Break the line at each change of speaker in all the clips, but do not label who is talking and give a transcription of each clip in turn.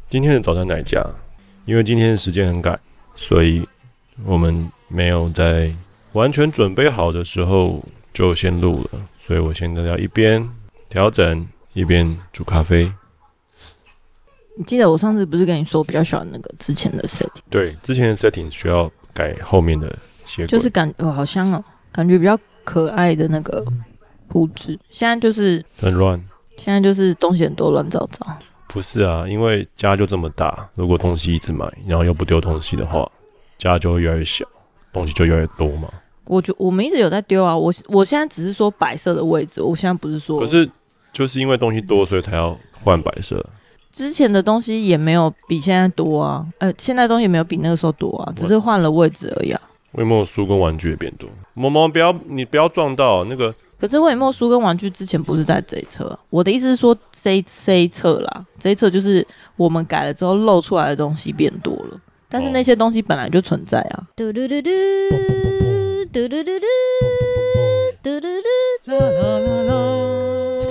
今天的早餐哪一家？因为今天时间很赶，所以我们没有在完全准备好的时候就先录了，所以我现在要一边调整一边煮咖啡。
你记得我上次不是跟你说我比较喜欢那个之前的 setting？
对，之前的 setting 需要改后面的血轨，
就是好香哦，感觉比较可爱的那个布置。现在就是
很乱，
现在就是东西很多，乱糟糟。
不是啊，因为家就这么大，如果东西一直买，然后又不丢东西的话，家就会越来越小，东西就越来越多嘛。
我们一直有在丢啊，我现在只是说摆设的位置，我现在不是说。
可是就是因为东西多，所以才要换摆设。
之前的东西也没有比现在多啊，现在的东西也没有比那个时候多啊，只是换了位置而已啊。
魏墨书跟玩具也变多，毛毛你不要撞到那个。
可是魏墨书跟玩具之前不是在这一侧啊，我的意思是说这一侧啦，这一侧就是我们改了之后露出来的东西变多了，但是那些东西本来就存在啊。嘟嘟嘟嘟嘟嘟嘟嘟嘟嘟嘟啦啦啦啦。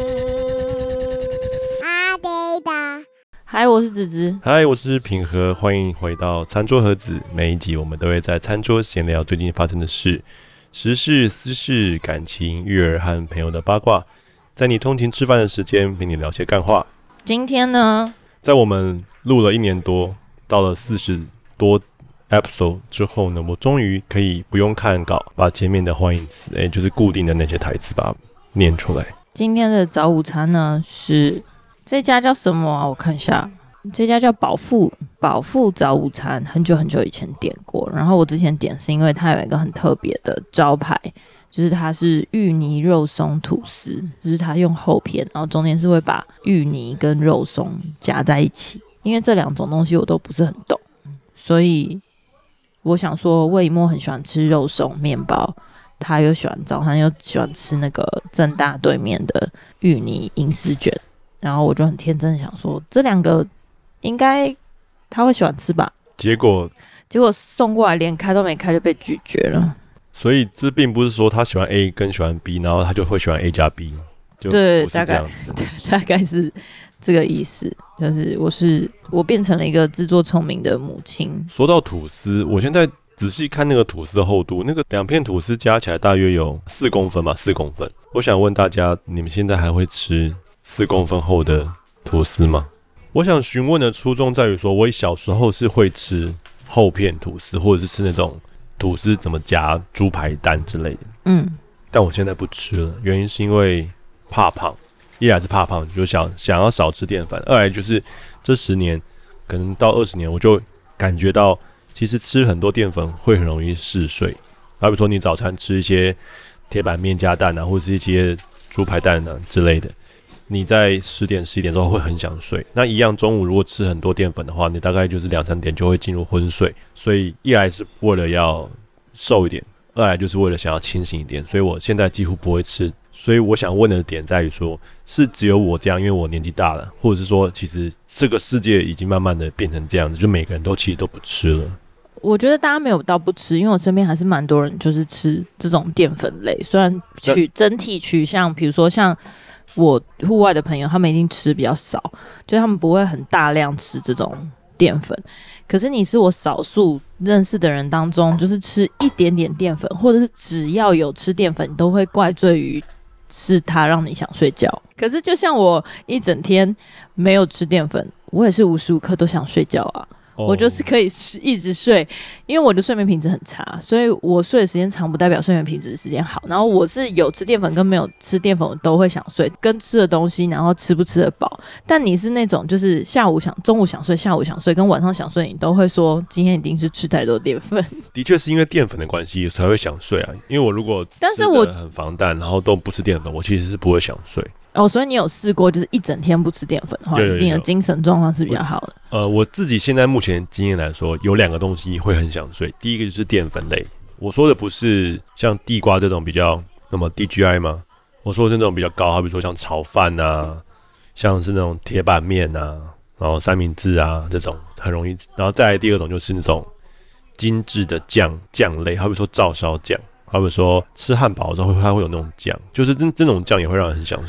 嗨，我是子子。
嗨，我是品和，欢迎回到餐桌盒子。每一集我们都会在餐桌闲聊最近发生的事、时事、私事、感情、育儿和朋友的八卦，在你通勤吃饭的时间陪你聊些干话。
今天呢，
在我们录了1年多，到了40多 episode 之后呢，我终于可以不用看稿，把前面的欢迎词，就是固定的那些台词把它念出来。
今天的早午餐呢是这家叫什么啊？我看一下，这家叫宝富早午餐，很久很久以前点过。然后我之前点是因为它有一个很特别的招牌，就是它是芋泥肉松吐司，就是它用厚片，然后中间是会把芋泥跟肉松夹在一起。因为这两种东西我都不是很懂，所以我想说魏墨很喜欢吃肉松面包，他又喜欢早餐又喜欢吃那个政大对面的芋泥银丝卷。然后我就很天真的想说，这两个应该他会喜欢吃吧？结果送过来连开都没开就被拒绝了。
所以这并不是说他喜欢 A 跟喜欢 B， 然后他就会喜欢 A 加 B， 就
对，
不是这样子。
大概是这个意思。就是我变成了一个自作聪明的母亲。
说到吐司，我现在仔细看那个吐司的厚度，那个2片吐司加起来大约有4公分吧，4公分。我想问大家，你们现在还会吃4公分厚的吐司吗？我想询问的初衷在于说，我小时候是会吃厚片吐司，或者是吃那种吐司怎么夹猪排蛋之类的。但我现在不吃了，原因是因为怕胖。一来是怕胖，就想要少吃淀粉；二来就是这10年，可能到20年，我就感觉到，其实吃很多淀粉会很容易嗜睡。好比说，你早餐吃一些铁板面加蛋啊，或者是一些猪排蛋啊之类的。你在10点、11点之后会很想睡，那一样中午如果吃很多淀粉的话，你大概就是2、3点就会进入昏睡。所以一来是为了要瘦一点，二来就是为了想要清醒一点，所以我现在几乎不会吃。所以我想问的点在于说，是只有我这样，因为我年纪大了，或者是说其实这个世界已经慢慢的变成这样子，就每个人都其实都不吃了。
我觉得大家没有到不吃，因为我身边还是蛮多人就是吃这种淀粉类，虽然整体取向，比如说像我户外的朋友，他们一定吃比较少，就他们不会很大量吃这种淀粉。可是你是我少数认识的人当中，就是吃一点点淀粉，或者是只要有吃淀粉，你都会怪罪于是它让你想睡觉。可是就像我一整天没有吃淀粉，我也是无时无刻都想睡觉啊。我就是可以一直睡，因为我的睡眠品质很差，所以我睡的时间长不代表睡眠品质的时间好。然后我是有吃淀粉跟没有吃淀粉我都会想睡，跟吃的东西然后吃不吃得饱。但你是那种就是中午想睡，下午想睡跟晚上想睡，你都会说今天一定是吃太多淀粉。
的确是因为淀粉的关系才会想睡啊，因为我如果吃得很防弹，然后都不吃淀粉，我其实是不会想睡。
所以你有试过就是一整天不吃淀粉的话，你的精神状况是比较好的。
我自己现在目前经验来说，有2个东西会很想睡。第一个就是淀粉类，我说的不是像地瓜这种比较那么 DGI 吗？我说的是那种比较高，好比说像炒饭啊，像是那种铁板面啊，然后三明治啊这种很容易。然后再来第2种就是那种精致的酱类，好比说照烧酱，好比说吃汉堡的时候它会有那种酱，就是这种酱也会让人很想睡。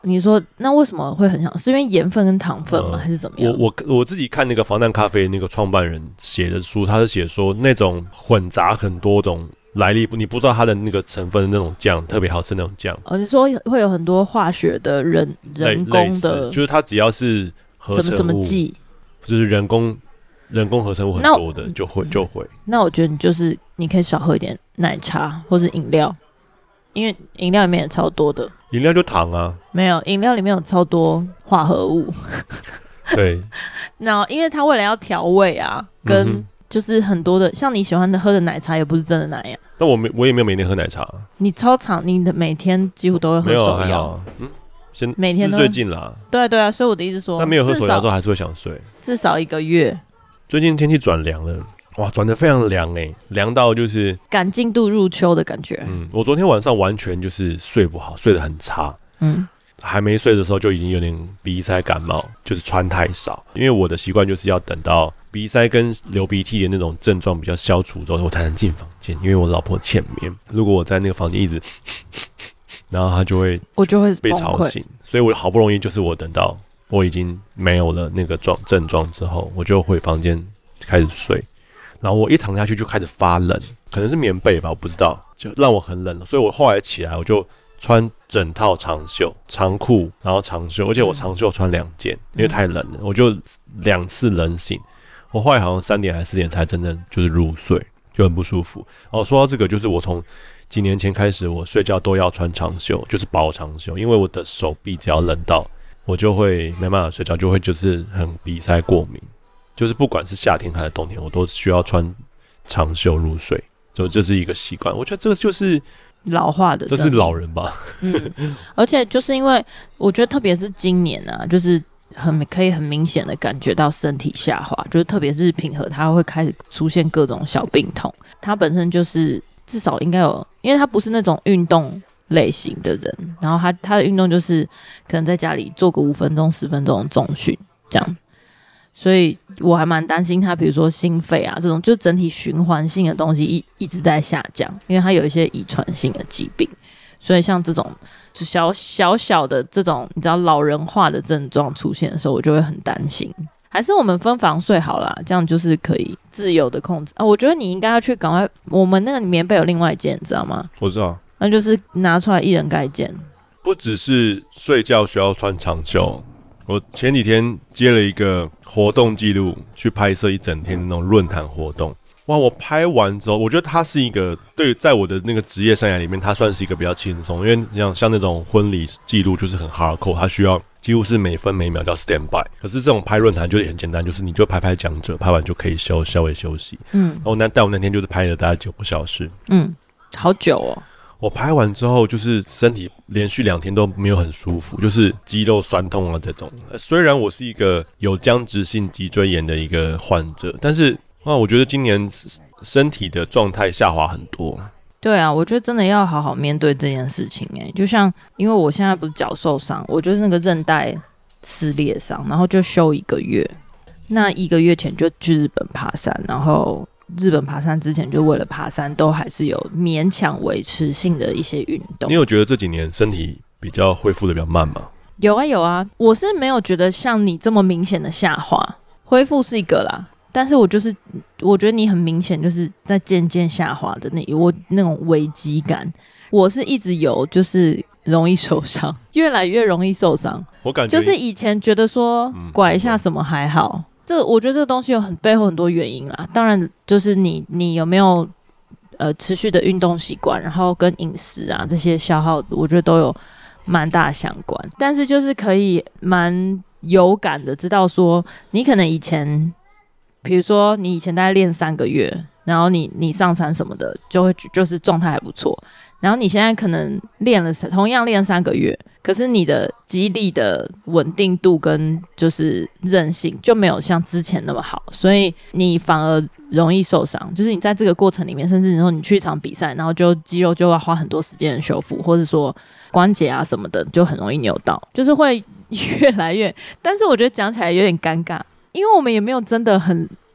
你说那为什么会很想？是因为盐分跟糖分吗？还是怎么样？
我自己看那个防弹咖啡那个创办人写的书，他是写说那种混杂很多种来历，你不知道它的那个成分的那种酱特别好吃那种酱。
你说会有很多化学的人工的，
就是它只要是合成物，
什么剂，
就是人工合成物很多的就会。
那我觉得你可以少喝一点奶茶或是饮料，因为饮料里面也超多的。
饮料就糖啊，
没有，饮料里面有超多化合物。
对，
那因为它为了要调味啊，跟就是很多的，像你喜欢的喝的奶茶也不是真的奶呀。
但我也没有每天喝奶茶。
你超常，你的每天几乎都会喝手摇。每天都最
近啦。
对啊，所以我的意思说，
但没有喝手摇之后还是会想睡，
至少1个月。
最近天气转凉了。哇，转得非常凉凉到就是
赶进度入秋的感觉。
我昨天晚上完全就是睡不好，睡得很差。还没睡的时候就已经有点鼻塞感冒，就是穿太少。因为我的习惯就是要等到鼻塞跟流鼻涕的那种症状比较消除之后，我才能进房间。因为我老婆欠眠，如果我在那个房间一直，然后她就会被吵醒。所以我好不容易就是我等到我已经没有了那个症状之后，我就回房间开始睡。然后我一躺下去就开始发冷，可能是棉被吧，我不知道，就让我很冷了。所以我后来起来我就穿整套长袖、长裤，然后长袖，而且我长袖穿2件，因为太冷了，我就2次冷醒。我后来好像3点还是4点才真正就是入睡，就很不舒服。说到这个，就是我从几年前开始，我睡觉都要穿长袖，就是薄长袖，因为我的手臂只要冷到，我就会没办法睡觉，就会就是很鼻塞过敏。就是不管是夏天还是冬天，我都需要穿长袖入睡，就这是一个习惯。我觉得这个就是
老化的，
这是老人吧。
而且就是因为我觉得，特别是今年啊，就是可以很明显的感觉到身体下滑，就是特别是品和他会开始出现各种小病痛。他本身就是至少应该有，因为他不是那种运动类型的人，然后他的运动就是可能在家里做个5分钟、10分钟的重训这样。所以我还蛮担心他，比如说心肺啊这种，就整体循环性的东西一直在下降，因为他有一些遗传性的疾病，所以像这种就小的这种你知道老人化的症状出现的时候，我就会很担心。还是我们分房睡好啦，这样就是可以自由的控制啊。我觉得你应该要去赶快，我们那个棉被有另外一件，你知道吗？
我知道，
那就是拿出来一人盖一件。
不只是睡觉需要穿长袖。我前几天接了一个活动记录，去拍摄一整天的那种论坛活动。哇！我拍完之后，我觉得它是一个在我的那个职业生涯里面，它算是一个比较轻松，因为像那种婚礼记录就是很 hardcore， 它需要几乎是每分每秒叫 stand by。可是这种拍论坛就是很简单，就是你就拍讲者，拍完就可以稍微休息。然后但我那天就是拍了大概9个小时。
好久哦。
我拍完之后，就是身体连续2天都没有很舒服，就是肌肉酸痛啊这种。虽然我是一个有僵直性脊椎炎的一个患者，但是我觉得今年身体的状态下滑很多。
对啊，我觉得真的要好好面对这件事情。就像因为我现在不是脚受伤，我就是那个韧带撕裂伤，然后就休1个月。那1个月前就去日本爬山，然后日本爬山之前就为了爬山都还是有勉强维持性的一些运动。
你有觉得这几年身体比较恢复的比较慢吗？
有啊，我是没有觉得像你这么明显的下滑，恢复是一个啦，但是我觉得你很明显就是在渐渐下滑的我那种危机感，我是一直有，就是容易受伤，越来越容易受伤。
我感觉
就是以前觉得说拐一下什么还好。我觉得这个东西有背后很多原因啦，当然就是你有没有持续的运动习惯，然后跟饮食啊这些消耗，我觉得都有蛮大相关。但是就是可以蛮有感的知道说，你可能以前，比如说你以前大概练3个月，然后你上山什么的，就是状态还不错。然后你现在可能同样练3个月，可是你的肌力的稳定度跟就是韧性就没有像之前那么好，所以你反而容易受伤。就是你在这个过程里面，甚至你说你去一场比赛，然后就肌肉就要花很多时间的修复，或者说关节啊什么的就很容易扭到，就是会越来越。但是我觉得讲起来有点尴尬，因为我们也没有真的很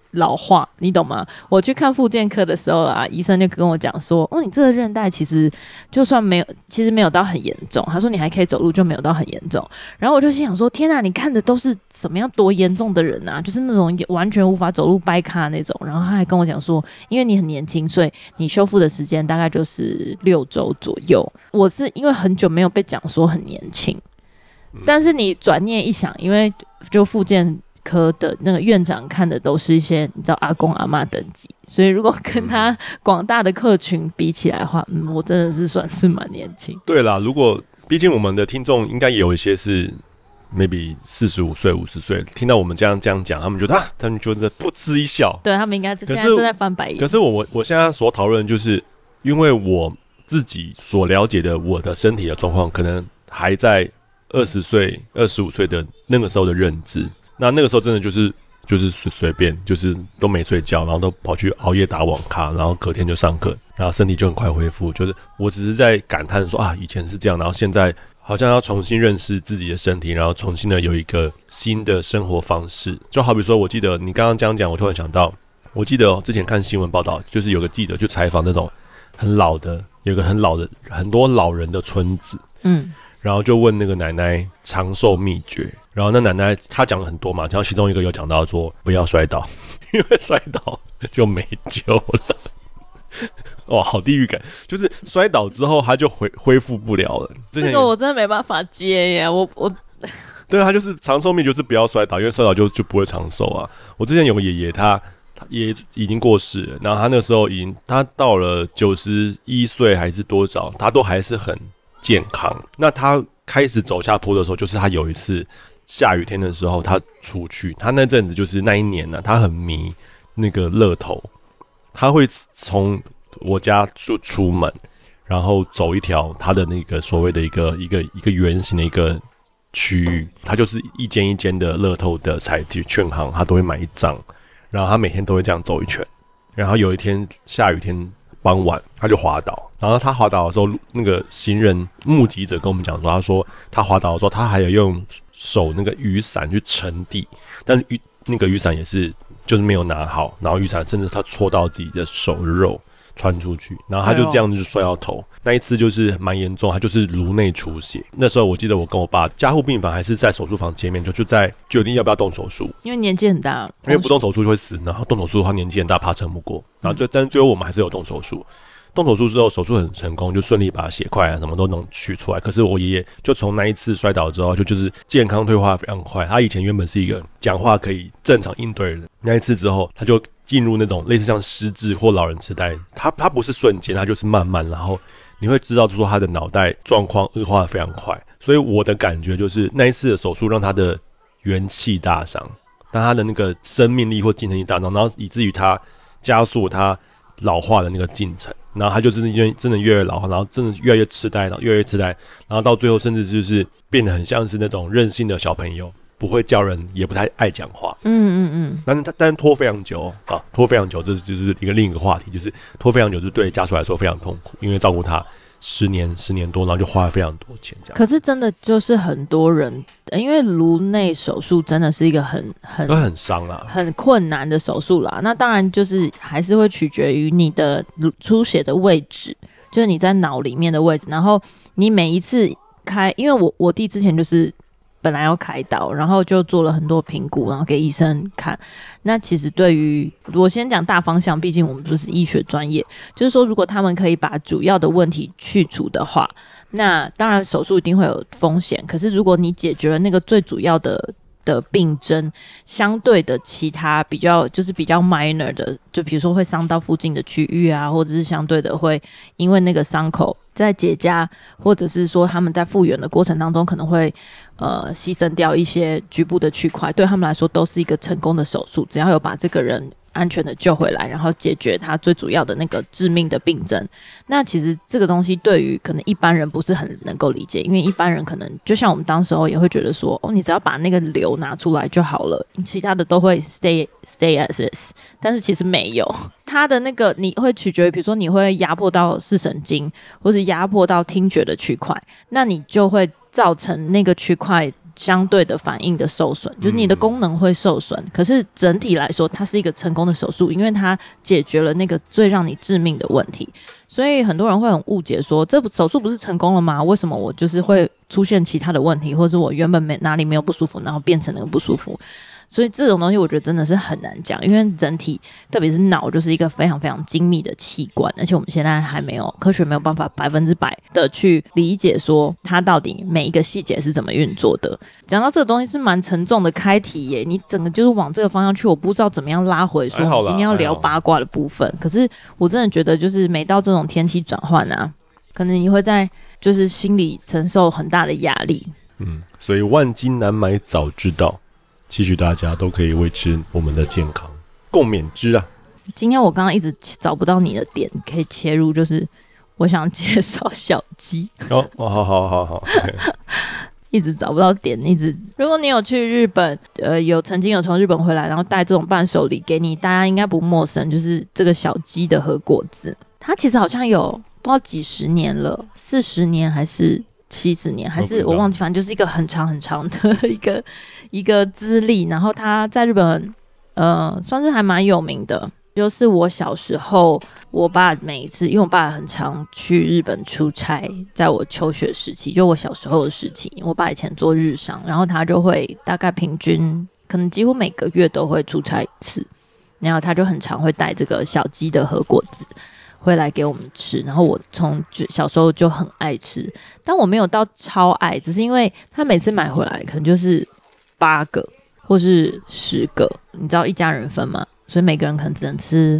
老化，你懂吗？我去看复健科的时候啊，医生就跟我讲说，你这个韧带其实就算没有，其实没有到很严重。他说你还可以走路，就没有到很严重。然后我就心想说，天啊，你看的都是什么样多严重的人啊？就是那种完全无法走路掰咖那种。然后他还跟我讲说，因为你很年轻，所以你修复的时间大概就是6周左右。我是因为很久没有被讲说很年轻，但是你转念一想，因为就复健科的那个院长看的都是一些你知道阿公阿嬷等级，所以如果跟他广大的客群比起来的话，我真的是算是蛮年轻。
对啦，如果毕竟我们的听众应该也有一些是 maybe 45岁、50岁，听到我们这样讲，他们觉得他们觉得不嗤一笑，
对他们应该现在正在翻白眼。
可是我现在所讨论的就是，因为我自己所了解的我的身体的状况，可能还在20岁、25岁的那个时候的认知。那个时候真的就是随便，就是都没睡觉，然后都跑去熬夜打网咖，然后隔天就上课，然后身体就很快恢复。就是我只是在感叹说以前是这样，然后现在好像要重新认识自己的身体，然后重新的有一个新的生活方式。就好比说，我记得你刚刚这样讲，我突然想到，我记得之前看新闻报道，就是有个记者去采访那种很老的，有个很多老人的村子，然后就问那个奶奶长寿秘诀，然后那奶奶她讲了很多嘛，然后其中一个有讲到说不要摔倒，因为摔倒就没救了。哇，好地狱感，就是摔倒之后她就恢复不了了。
这个我真的没办法接耶，我
对，他就是长寿秘诀，就是不要摔倒，因为摔倒就不会长寿啊。我之前有个爷爷，他也已经过世了，然后他那时候他到了91岁还是多少，他都还是很健康。那他开始走下坡的时候，就是他有一次下雨天的时候，他出去，他那阵子就是那一年呢，他很迷那个乐透，他会从我家就出门，然后走一条他的那个所谓的一个圆形的一个区域，他就是一间一间的乐透的彩券行，他都会买一张，然后他每天都会这样走一圈。然后有一天下雨天傍晚，他就滑倒，然后他滑倒的时候，那个行人目击者跟我们讲说，他说他滑倒的时候，他还有用手那个雨伞去撑地，但那个雨伞也是就是没有拿好，然后雨伞甚至他戳到自己的手肉穿出去，然后他就这样子摔到头。那一次就是蛮严重，他就是颅内出血。那时候我记得我跟我爸加护病房还是在手术房前面，就决定要不要动手术，
因为年纪很大，
因为不动手术就会死，然后动手术的话年纪很大怕撑不过，然后但是最后我们还是有动手术。动手术之后，手术很成功，就顺利把血块什么都能取出来。可是我爷爷就从那一次摔倒之后，就是健康退化非常快。他以前原本是一个讲话可以正常应对的人，那一次之后，他就进入那种类似像失智或老人痴呆。他不是瞬间，他就是慢慢，然后你会知道，就是说他的脑袋状况恶化的非常快。所以我的感觉就是那一次的手术让他的元气大伤，但他的那个生命力或精神力大伤，然后以至于他加速他老化的那个进程。然后他就是真的越来越老化，然后真的越来越痴呆，然后越来越痴呆，然后到最后甚至就是变得很像是那种任性的小朋友，不会叫人，也不太爱讲话。但是拖非常久啊，拖非常久，这就是另一个话题，就是拖非常久，就对家属来说非常痛苦，因为照顾他10年多，然后就花了非常多钱这样。
可是真的就是很多人，因为颅内手术真的是一个很
伤啦，
很困难的手术啦。那当然就是还是会取决于你的出血的位置，就是你在脑里面的位置。然后你每一次开，因为我弟之前就是本来要开刀，然后就做了很多评估，然后给医生看。那其实对于我先讲大方向，毕竟我们不是医学专业，就是说如果他们可以把主要的问题去除的话，那当然手术一定会有风险。可是如果你解决了那个最主要的病症，相对的其他比较 minor 的，就比如说会伤到附近的区域啊，或者是相对的会因为那个伤口在结痂，或者是说他们在复原的过程当中可能会牺牲掉一些局部的区块，对他们来说都是一个成功的手术，只要有把这个人安全的救回来，然后解决他最主要的那个致命的病症。那其实这个东西对于可能一般人不是很能够理解，因为一般人可能就像我们当时候也会觉得说，你只要把那个瘤拿出来就好了，其他的都会 stay as is， 但是其实没有，它的那个你会取决于，比如说你会压迫到视神经，或是压迫到听觉的区块，那你就会造成那个区块相对的反应的受损，就是你的功能会受损，可是整体来说它是一个成功的手术，因为它解决了那个最让你致命的问题。所以很多人会很误解说，这手术不是成功了吗？为什么我就是会出现其他的问题，或者我原本哪里没有不舒服，然后变成那个不舒服？所以这种东西我觉得真的是很难讲，因为人体特别是脑就是一个非常非常精密的器官，而且我们现在还没有科学没有办法100%的去理解说它到底每一个细节是怎么运作的。讲到这个东西是蛮沉重的开题耶，你整个就是往这个方向去，我不知道怎么样拉回说我们今天要聊八卦的部分。可是我真的觉得就是每到这种天气转换啊，可能你会在就是心里承受很大的压力。
所以万金难买早知道，期许大家都可以维持我们的健康，共勉之啊！
今天我刚刚一直找不到你的点可以切入，就是我想介绍小鸡。
好，
一直找不到点，如果你有去日本，曾经有从日本回来，然后带这种伴手礼给你，大家应该不陌生，就是这个小鸡的和果子。它其实好像有不知道几十年了，40年还是70年，还是我忘记，反正就是一个很长很长的一个资历。然后它在日本，算是还蛮有名的。就是我小时候，我爸每一次，因为我爸很常去日本出差，在我求学时期，就我小时候的事情，我爸以前做日商，然后他就会大概平均可能几乎每个月都会出差一次，然后他就很常会带这个小鸡的和果子回来给我们吃，然后我从小时候就很爱吃，但我没有到超爱，只是因为他每次买回来可能就是8个或是10个，你知道一家人分吗？所以每个人可能只能吃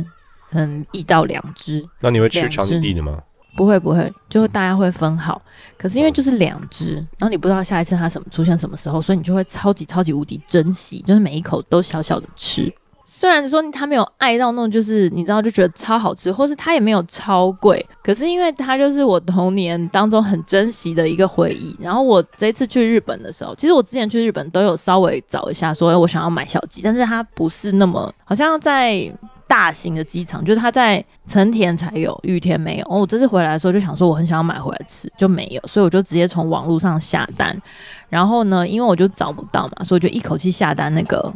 1到2只。
那你会吃长地的吗？
不会，就大家会分好。可是因为就是2只，然后你不知道下一次它出现什么时候，所以你就会超级无敌珍惜，就是每一口都小小的吃。虽然说他没有爱到那种，就是你知道就觉得超好吃，或是他也没有超贵，可是因为他就是我童年当中很珍惜的一个回忆。然后我这次去日本的时候，其实我之前去日本都有稍微找一下说我想要买小鸡，但是它不是那么好像在大型的机场，就是它在成田才有，羽田没有。我这次回来的时候就想说我很想要买回来吃，就没有，所以我就直接从网络上下单。然后呢，因为我就找不到嘛，所以我就一口气下单那个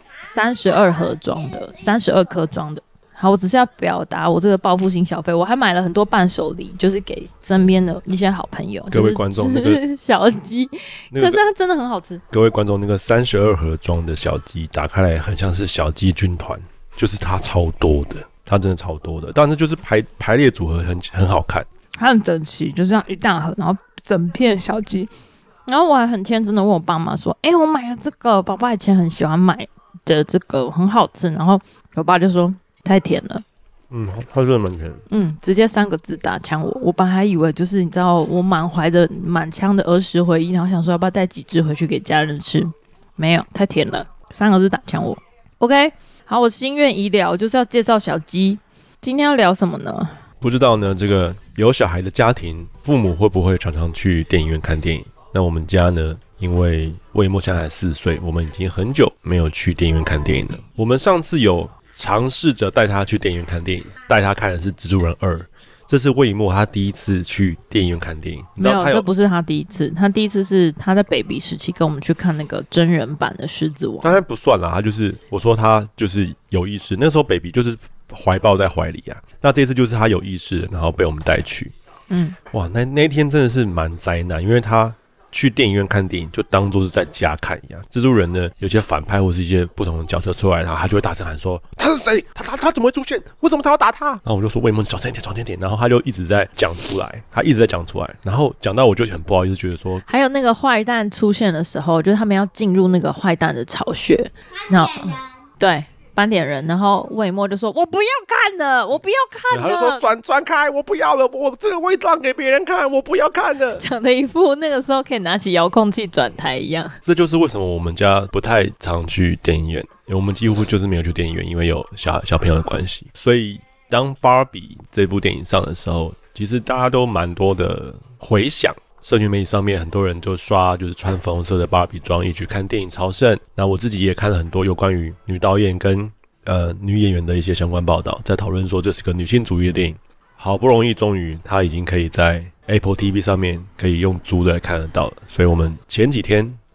32盒装的，32颗装的。好，我只是要表达我这个报复性消费，我还买了很多伴手礼，就是给身边的一些好朋友。
各位观众，那个
小鸡，可是它真的很好吃。
各位观众，那个32盒装的小鸡打开来很像是小鸡军团，就是它超多的，它真的超多的，但是就是排列组合很好看，
它很整齐，就这样一大盒，然后整片小鸡。然后我还很天真的问我爸妈说：“我买了这个，爸爸以前很喜欢买的这个很好吃。”然后我爸就说太甜了。
他说蛮甜。
直接3个字打枪我。我本来还以为就是你知道我满怀着满腔的儿时回忆，然后想说要不要带几只回去给家人吃，没有，太甜了，3个字打枪我。OK， 好，我心愿已了，就是要介绍小鸡。今天要聊什么呢？
不知道呢，这个有小孩的家庭，父母会不会常常去电影院看电影？那我们家呢，因为魏莫现在才4岁，我们已经很久没有去电影院看电影了。我们上次有尝试着带他去电影院看电影，带他看的是《蜘蛛人2》，这是魏莫他第一次去电影院看电影。
没有，这不是他第一次，他第一次是他在 baby 时期跟我们去看那个真人版的《狮子王》。
当然不算啦，他就是我说他就是有意识，那时候 baby 就是怀抱在怀里啊。那这次就是他有意识，然后被我们带去。哇，那一天真的是蛮灾难，因为他去电影院看电影就当作是在家看一样。蜘蛛人呢，有些反派或是一些不同的角色出来，他就会大声喊说：“他是谁？他怎么会出现？为什么他要打他？”然后我就说：“魏梦，小声一点。”然后他就一直在讲出来，然后讲到我就很不好意思，觉得说，
还有那个坏蛋出现的时候，就是他们要进入那个坏蛋的巢穴，然后对。斑点人，然后魏莫就说：“我不要看了，我不要看了。”
他就说：“转开，我不要了，我这个我让给别人看，我不要看了。”
讲的一副那个时候可以拿起遥控器转台一样。
这就是为什么我们家不太常去电影院，因为我们几乎就是没有去电影院，因为有小朋友的关系。所以当芭比这部电影上的时候，其实大家都蛮多的回响。社群媒体上面很多人就刷，就是穿粉红色的芭比装一起去看电影朝圣。那我自己也看了很多有关于女导演跟女演员的一些相关报道，在讨论说这是个女性主义的电影。好不容易终于它已经可以在 Apple TV 上面可以用租的来看得到了，所以我们前几天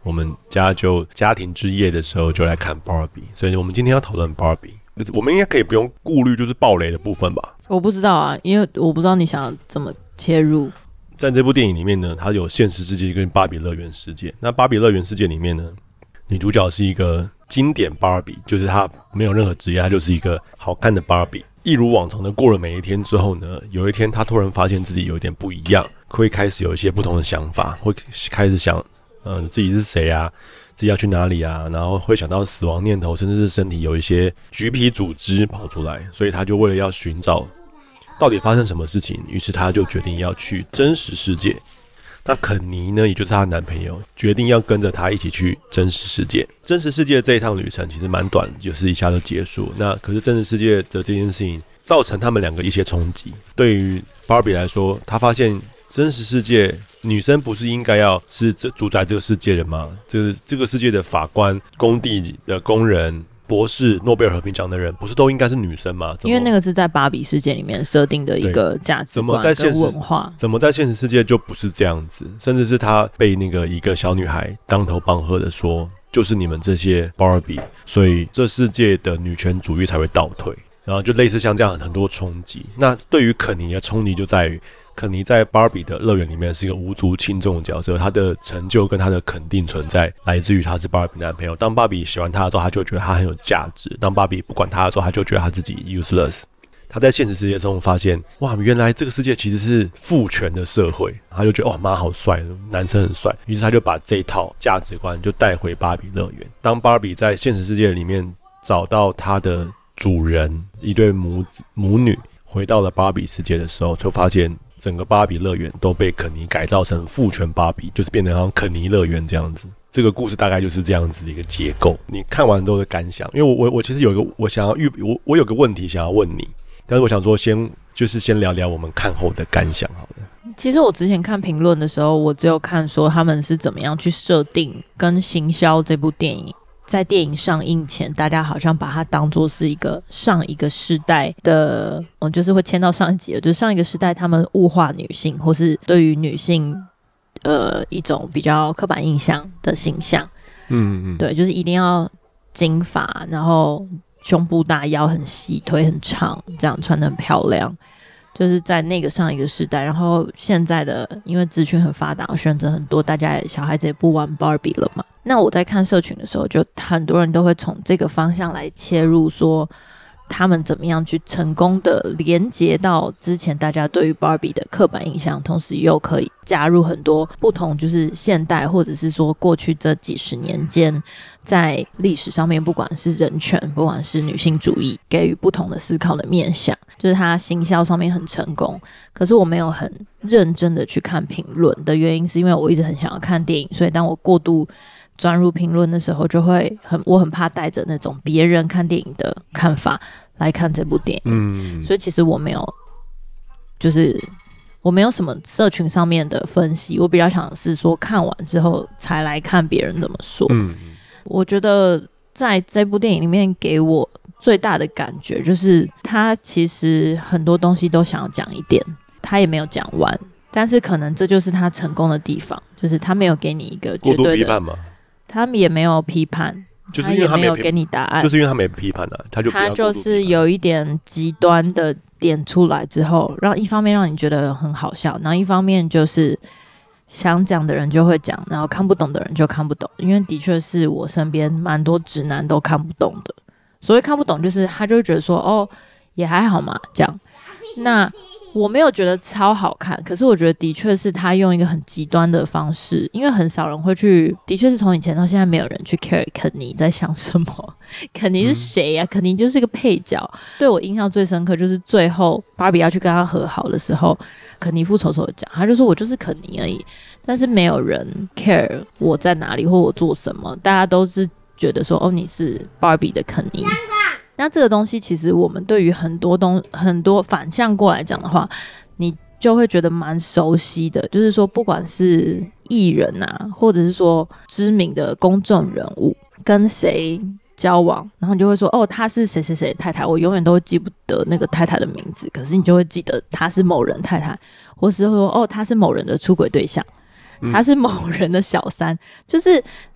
我们家就家庭之夜的时候就来看 Barbie， 所以我们今天要讨论 Barbie。我们应该可以不用顾虑就是爆雷的部分吧？
我不知道啊，因为我不知道你想怎么切入。
在这部电影里面呢，它有现实世界跟芭比乐园世界。那芭比乐园世界里面呢，女主角是一个经典芭比，就是她没有任何职业，她就是一个好看的芭比。一如往常的过了每一天之后呢，有一天她突然发现自己有点不一样，会开始有一些不同的想法，会开始想，自己是谁啊？自己要去哪里啊？然后会想到死亡念头，甚至是身体有一些橘皮组织跑出来，所以她就为了要寻找到底发生什么事情，于是她就决定要去真实世界。那肯尼呢，也就是她的男朋友，决定要跟着她一起去真实世界。真实世界这一趟旅程其实蛮短，就是一下就结束。那可是真实世界的这件事情，造成他们两个一些冲击。对于 Barbie 来说，她发现真实世界女生不是应该要是主宰这个世界的吗？这个世界的法官、工地的工人、博士、诺贝尔和平奖的人，不是都应该是女生吗？
因为那个是在芭比世界里面设定的一个价值观跟文化，
怎么在现实世界就不是这样子？甚至是她被一个小女孩当头棒喝的说，就是你们这些 Barbie， 所以这世界的女权主义才会倒退。然后就类似像这样很多冲击。那对于肯尼的冲击就在于，肯尼在芭比的乐园里面是一个无足轻重的角色，他的成就跟他的肯定存在来自于他是芭比男朋友。当芭比喜欢他的时候，他就觉得他很有价值；当芭比不管他的时候，他就觉得他自己 useless。他在现实世界中发现，哇，原来这个世界其实是父权的社会，他就觉得哇，妈好帅，男生很帅，于是他就把这一套价值观就带回芭比乐园。当芭比在现实世界里面找到他的主人，一对母女回到了芭比世界的时候，就发现整个芭比乐园都被肯尼改造成父权芭比，就是变成好像肯尼乐园这样子。这个故事大概就是这样子的一个结构。你看完之后的感想，因为我其实有一个我有个问题想要问你，但是我想说先聊聊我们看后的感想好了。
其实我之前看评论的时候，我只有看说他们是怎么样去设定跟行销这部电影。在电影上映前，大家好像把它当作是一个上一个世代的，就是会牵到上一集的，就是上一个世代他们物化女性，或是对于女性一种比较刻板印象的形象。对，就是一定要金发，然后胸部大，腰很细，腿很长，这样穿得很漂亮。就是在那个上一个时代，然后现在的因为资讯很发达，选择很多，大家小孩子也不玩 Barbie 了嘛。那我在看社群的时候，就很多人都会从这个方向来切入，说他们怎么样去成功的连接到之前大家对于 Barbie 的刻板印象，同时又可以加入很多不同，就是现代或者是说过去这几十年间在历史上面，不管是人权，不管是女性主义，给予不同的思考的面向，就是它行销上面很成功。可是我没有很认真的去看评论的原因，是因为我一直很想要看电影，所以当我过度钻入评论的时候，就会我很怕带着那种别人看电影的看法来看这部电影。所以其实我没有，就是我没有什么社群上面的分析，我比较想是说看完之后才来看别人怎么说。我觉得在这部电影里面给我最大的感觉就是他其实很多东西都想要讲一点，他也没有讲完，但是可能这就是他成功的地方，就是他没有给你一个绝对的
过度批判吗？
他也没有批判，
就是因为他
没有给你答案，
就是因为他没批判啊，他
就是有一点极端的点出来之后，一方面让你觉得很好笑，然后一方面就是想讲的人就会讲，然后看不懂的人就看不懂，因为的确是我身边蛮多直男都看不懂的。所谓看不懂，就是他就会觉得说，哦，也还好嘛，这样。那我没有觉得超好看，可是我觉得的确是他用一个很极端的方式，因为很少人会去，的确是从以前到现在没有人去 care 肯尼在想什么，肯尼是谁啊？肯尼就是个配角。对我印象最深刻就是最后芭比要去跟他和好的时候，肯尼复仇手讲，他就说我就是肯尼而已，但是没有人 care 我在哪里或我做什么，大家都是觉得说，哦，你是芭比的肯尼。那这个东西其实我们对于很多反向过来讲的话，你就会觉得蛮熟悉的，就是说不管是艺人啊，或者是说知名的公众人物跟谁交往，然后你就会说，哦，他是谁谁谁的太太，我永远都记不得那个太太的名字，可是你就会记得他是某人太太，或是说，哦，他是某人的出轨对象，他是某人的小三，就是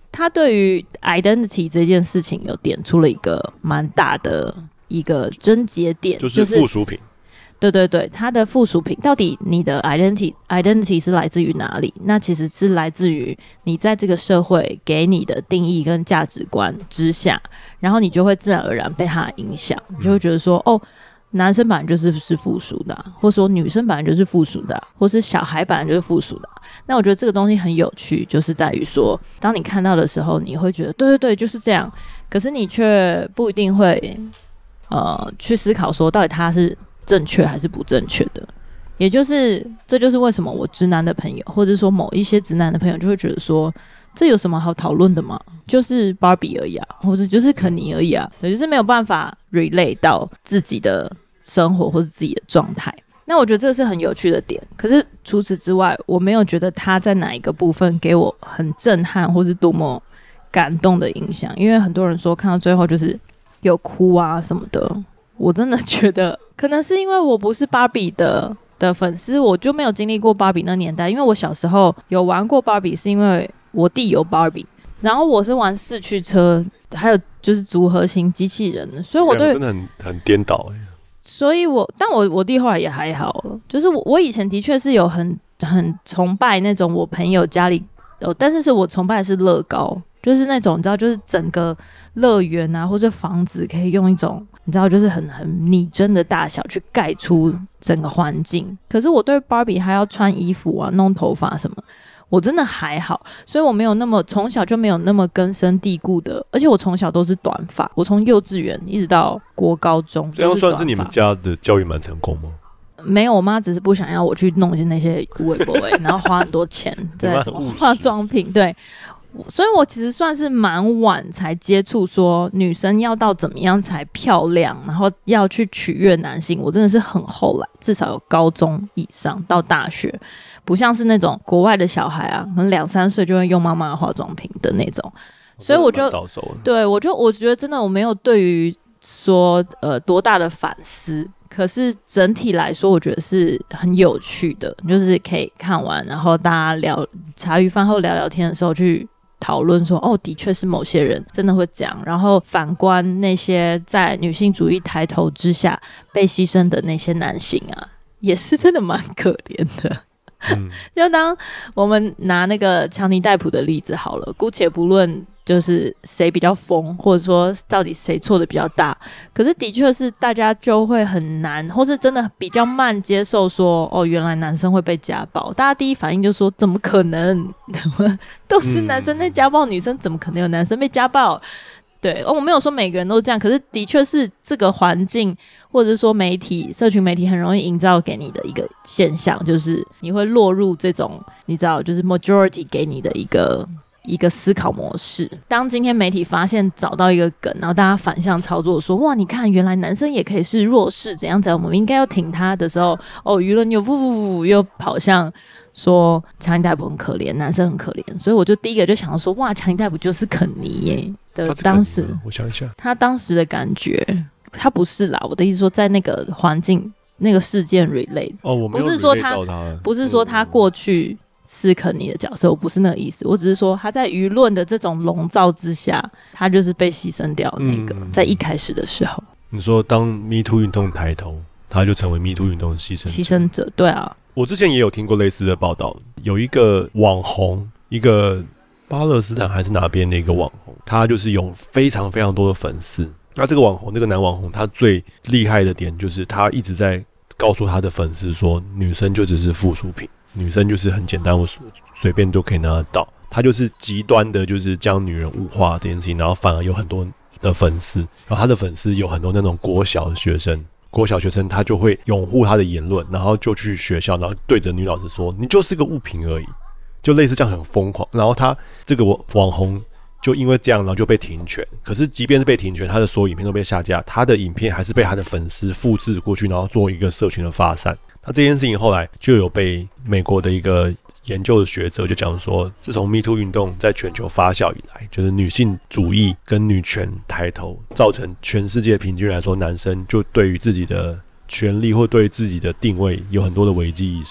他对于 identity 这件事情有点出了一个蛮大的一个症结点，
就是附属品。
对对对，它的附属品到底你的 identity 是来自于哪里？那其实是来自于你在这个社会给你的定义跟价值观之下，然后你就会自然而然被它影响，你就会觉得说，哦，男生本来就是附属的或者说女生本来就是附属的或是小孩本来就是附属的那我觉得这个东西很有趣，就是在于说，当你看到的时候，你会觉得对对对，就是这样，可是你却不一定会去思考说，到底它是正确还是不正确的，也就是这就是为什么我直男的朋友，或者说某一些直男的朋友就会觉得说，这有什么好讨论的吗？就是 Barbie 而已啊，或者就是肯尼而已啊，就是没有办法 relate 到自己的生活或者自己的状态。那我觉得这是很有趣的点，可是除此之外，我没有觉得他在哪一个部分给我很震撼或是多么感动的影响，因为很多人说看到最后就是有哭啊什么的，我真的觉得可能是因为我不是芭比的粉丝，我就没有经历过芭比那年代。因为我小时候有玩过芭比，是因为我弟有芭比，然后我是玩四驱车，还有就是组合型机器人的，所以我对
真的很颠倒
所以但我弟后来也还好了，就是我以前的确是有很崇拜那种我朋友家里但是我崇拜的是乐高，就是那种你知道，就是整个乐园啊或者房子可以用一种你知道就是很拟真的大小去盖出整个环境。可是我对 Barbie 还要穿衣服啊弄头发什么，我真的还好，所以我没有那么从小就没有那么根深蒂固的，而且我从小都是短发，我从幼稚园一直到国高中，
这样算是你们家的教育蛮成功吗？
没有，我妈只是不想要我去弄一些那些微博然后花很多钱在什么化妆品，对，所以我其实算是蛮晚才接触说女生要到怎么样才漂亮，然后要去取悦男性，我真的是很后来，至少有高中以上到大学，不像是那种国外的小孩啊，可能2-3岁就会用妈妈的化妆品的那种，所以我就对我觉得真的我没有对于说多大的反思。可是整体来说，我觉得是很有趣的，就是可以看完，然后大家茶余饭后聊聊天的时候去讨论说，哦，的确是某些人真的会这样，然后反观那些在女性主义抬头之下被牺牲的那些男性啊，也是真的蛮可怜的。就当我们拿那个强尼戴普的例子好了，姑且不论就是谁比较疯，或者说到底谁错的比较大，可是的确是大家就会很难，或是真的比较慢接受说，哦，原来男生会被家暴，大家第一反应就说怎么可能都是男生在家暴女生，怎么可能有男生被家暴？对，我没有说每个人都这样，可是的确是这个环境或者说社群媒体很容易营造给你的一个现象，就是你会落入这种你知道就是 majority 给你的一个思考模式。当今天媒体发现找到一个梗，然后大家反向操作说，哇，你看原来男生也可以是弱势，怎样怎样，我们应该要挺他的时候，舆论又跑向说强尼戴普很可怜，男生很可怜，所以我就第一个就想说，哇，强尼戴普就是肯尼耶的当时，
我想一下，
他当时的感觉，他不是啦，我的意思说在那个环境那个事件 relate，
我没有 relate 到他，
不是说他过去是肯尼的角色，我不是那个意思，我只是说他在舆论的这种笼罩之下，他就是被牺牲掉的那个，在一开始的时候。
你说当 Me Too 运动抬头，他就成为 Me Too 运动的牺牲者，
对啊。
我之前也有听过类似的报道，有一个网红，一个巴勒斯坦还是哪边的一个网红，他就是有非常非常多的粉丝。那这个网红，这个男网红，他最厉害的点就是他一直在告诉他的粉丝说，女生就只是附属品，女生就是很简单，我随便都可以拿得到。他就是极端的，就是将女人物化这件事情，然后反而有很多的粉丝，然后他的粉丝有很多那种国小学生他就会拥护他的言论，然后就去学校，然后对着女老师说，你就是个物品而已，就类似这样很疯狂。然后他这个网红就因为这样，然后就被停权。可是即便是被停权，他的所有影片都被下架，他的影片还是被他的粉丝复制过去，然后做一个社群的发散。那这件事情后来就有被美国的一个研究的学者就讲说，自从 Me Too 运动在全球发酵以来，就是女性主义跟女权抬头，造成全世界平均来说，男生就对于自己的权利或对于自己的定位有很多的危机意识。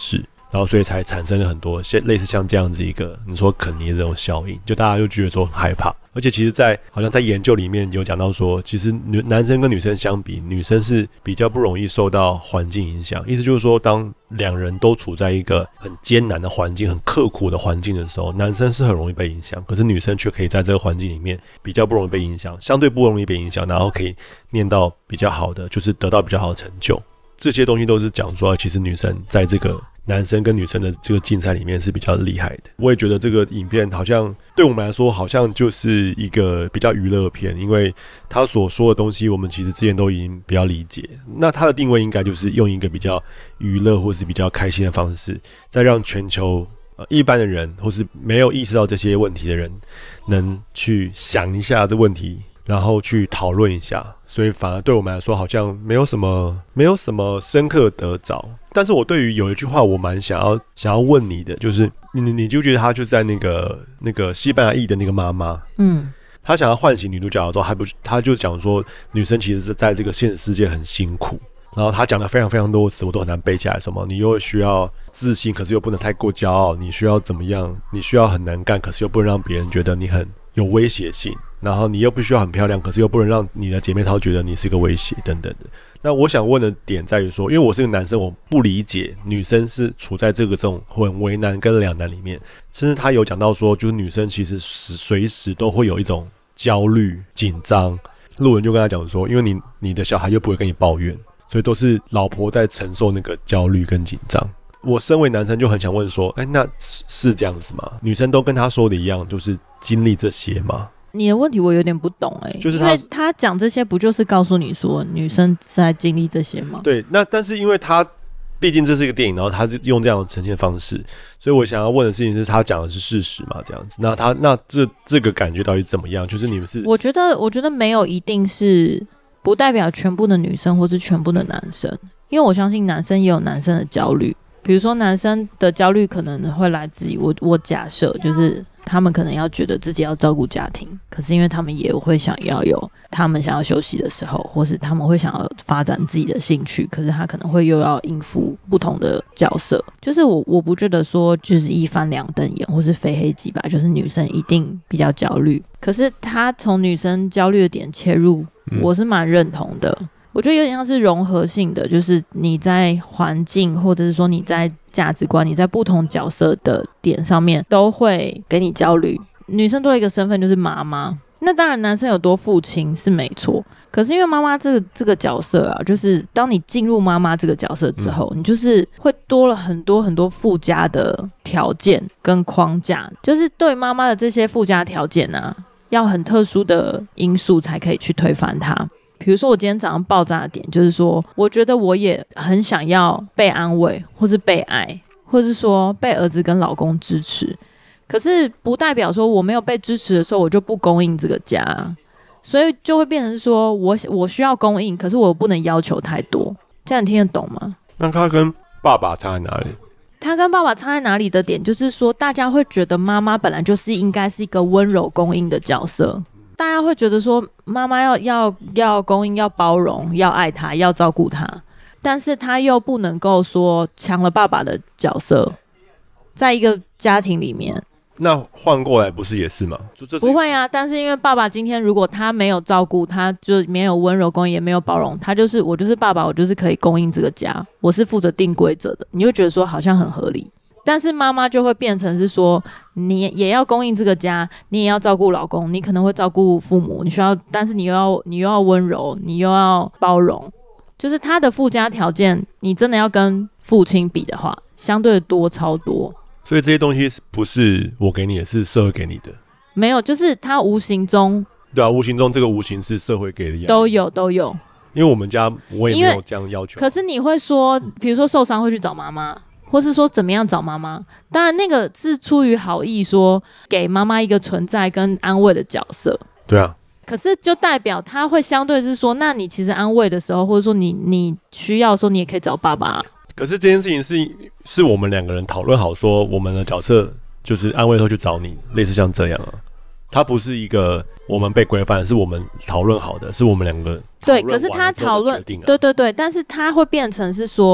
然后所以才产生了很多类似像这样子一个你说肯尼的这种效应，就大家就觉得说很害怕。而且其实好像在研究里面有讲到说，其实男生跟女生相比，女生是比较不容易受到环境影响。意思就是说，当两人都处在一个很艰难的环境、很刻苦的环境的时候，男生是很容易被影响，可是女生却可以在这个环境里面比较不容易被影响，相对不容易被影响，然后可以念到比较好的，就是得到比较好的成就。这些东西都是讲说，其实女生在这个男生跟女生的这个竞赛里面是比较厉害的。我也觉得这个影片好像对我们来说，好像就是一个比较娱乐片，因为他所说的东西，我们其实之前都已经比较理解。那他的定位应该就是用一个比较娱乐或是比较开心的方式，再让全球一般的人或是没有意识到这些问题的人，能去想一下这问题，然后去讨论一下，所以反而对我们来说好像没有什么深刻得着。但是我对于有一句话我蛮想要问你的，就是你就觉得他就在那个西班牙裔的那个妈妈，他想要唤醒女主角的时候，他就讲说女生其实是在这个现实世界很辛苦，然后他讲了非常非常多词我都很难背起来，什么你又需要自信，可是又不能太过骄傲，你需要怎么样，你需要很能干，可是又不能让别人觉得你很有威胁性，然后你又不需要很漂亮，可是又不能让你的姐妹淘觉得你是个威胁等等的。那我想问的点在于说，因为我是个男生，我不理解女生是处在这种很为难跟两难里面，甚至他有讲到说，就是女生其实随时都会有一种焦虑紧张。路人就跟他讲说，因为你的小孩又不会跟你抱怨，所以都是老婆在承受那个焦虑跟紧张。我身为男生就很想问说，那是这样子吗？女生都跟他说的一样，就是经历这些吗？
你的问题我有点不懂
就是
因为他讲这些不就是告诉你说女生在经历这些吗？
对，那但是因为他毕竟这是一个电影，然后他是用这样的呈现方式，所以我想要问的事情是他讲的是事实嘛？这样子，那这个感觉到底怎么样？就是你们是，
我觉得没有一定是不代表全部的女生或是全部的男生，因为我相信男生也有男生的焦虑。比如说男生的焦虑可能会来自于我假设就是他们可能要觉得自己要照顾家庭，可是因为他们也会想要有他们想要休息的时候，或是他们会想要发展自己的兴趣，可是他可能会又要应付不同的角色。就是我不觉得说就是一翻两瞪眼或是非黑即白，就是女生一定比较焦虑，可是他从女生焦虑的点切入，我是蛮认同的。我觉得有点像是融合性的，就是你在环境或者是说你在价值观，你在不同角色的点上面都会给你焦虑。女生多了一个身份就是妈妈，那当然男生有多父亲是没错，可是因为妈妈这个角色啊，就是当你进入妈妈这个角色之后，你就是会多了很多很多附加的条件跟框架，就是对妈妈的这些附加条件啊，要很特殊的因素才可以去推翻它。比如说我今天早上爆炸的点就是说，我觉得我也很想要被安慰或是被爱，或是说被儿子跟老公支持，可是不代表说我没有被支持的时候我就不供应这个家，所以就会变成说我需要供应，可是我不能要求太多。这样你听得懂吗？
那他跟爸爸差在哪里？
他跟爸爸差在哪里的点就是说，大家会觉得妈妈本来就是应该是一个温柔供应的角色，大家会觉得说妈妈要供应，要包容，要爱他，要照顾他，但是他又不能够说抢了爸爸的角色，在一个家庭里面。
那换过来不是也是吗？
不会啊，但是因为爸爸今天如果他没有照顾，他就没有温柔供应，也没有包容，他就是我就是爸爸，我就是可以供应这个家，我是负责定规则的，你会觉得说好像很合理。但是妈妈就会变成是说，你也要供应这个家，你也要照顾老公，你可能会照顾父母，你需要，但是你又要温柔，你又要包容，就是他的附加条件，你真的要跟父亲比的话，相对多超多。
所以这些东西不是我给你的，是社会给你的。
没有，就是他无形中，
对啊，无形中这个无形是社会给的压力，
都有。
因为我们家我也没有这样要求。
可是你会说，比如说受伤会去找妈妈，或是说怎么样找妈妈，当然那个是出于好意，说给妈妈一个存在跟安慰的角色。
对啊。
可是就代表他会相对是说，那你其实安慰的时候，或者说你需要的时候，你也可以找爸爸。
可是这件事情是我们两个人讨论好，说我们的角色就是安慰的时候去找你，类似像这样啊。它不是一个我们被规范，是我们讨论好的，是我们两个
对。可是他讨论，对，但是他会变成是说，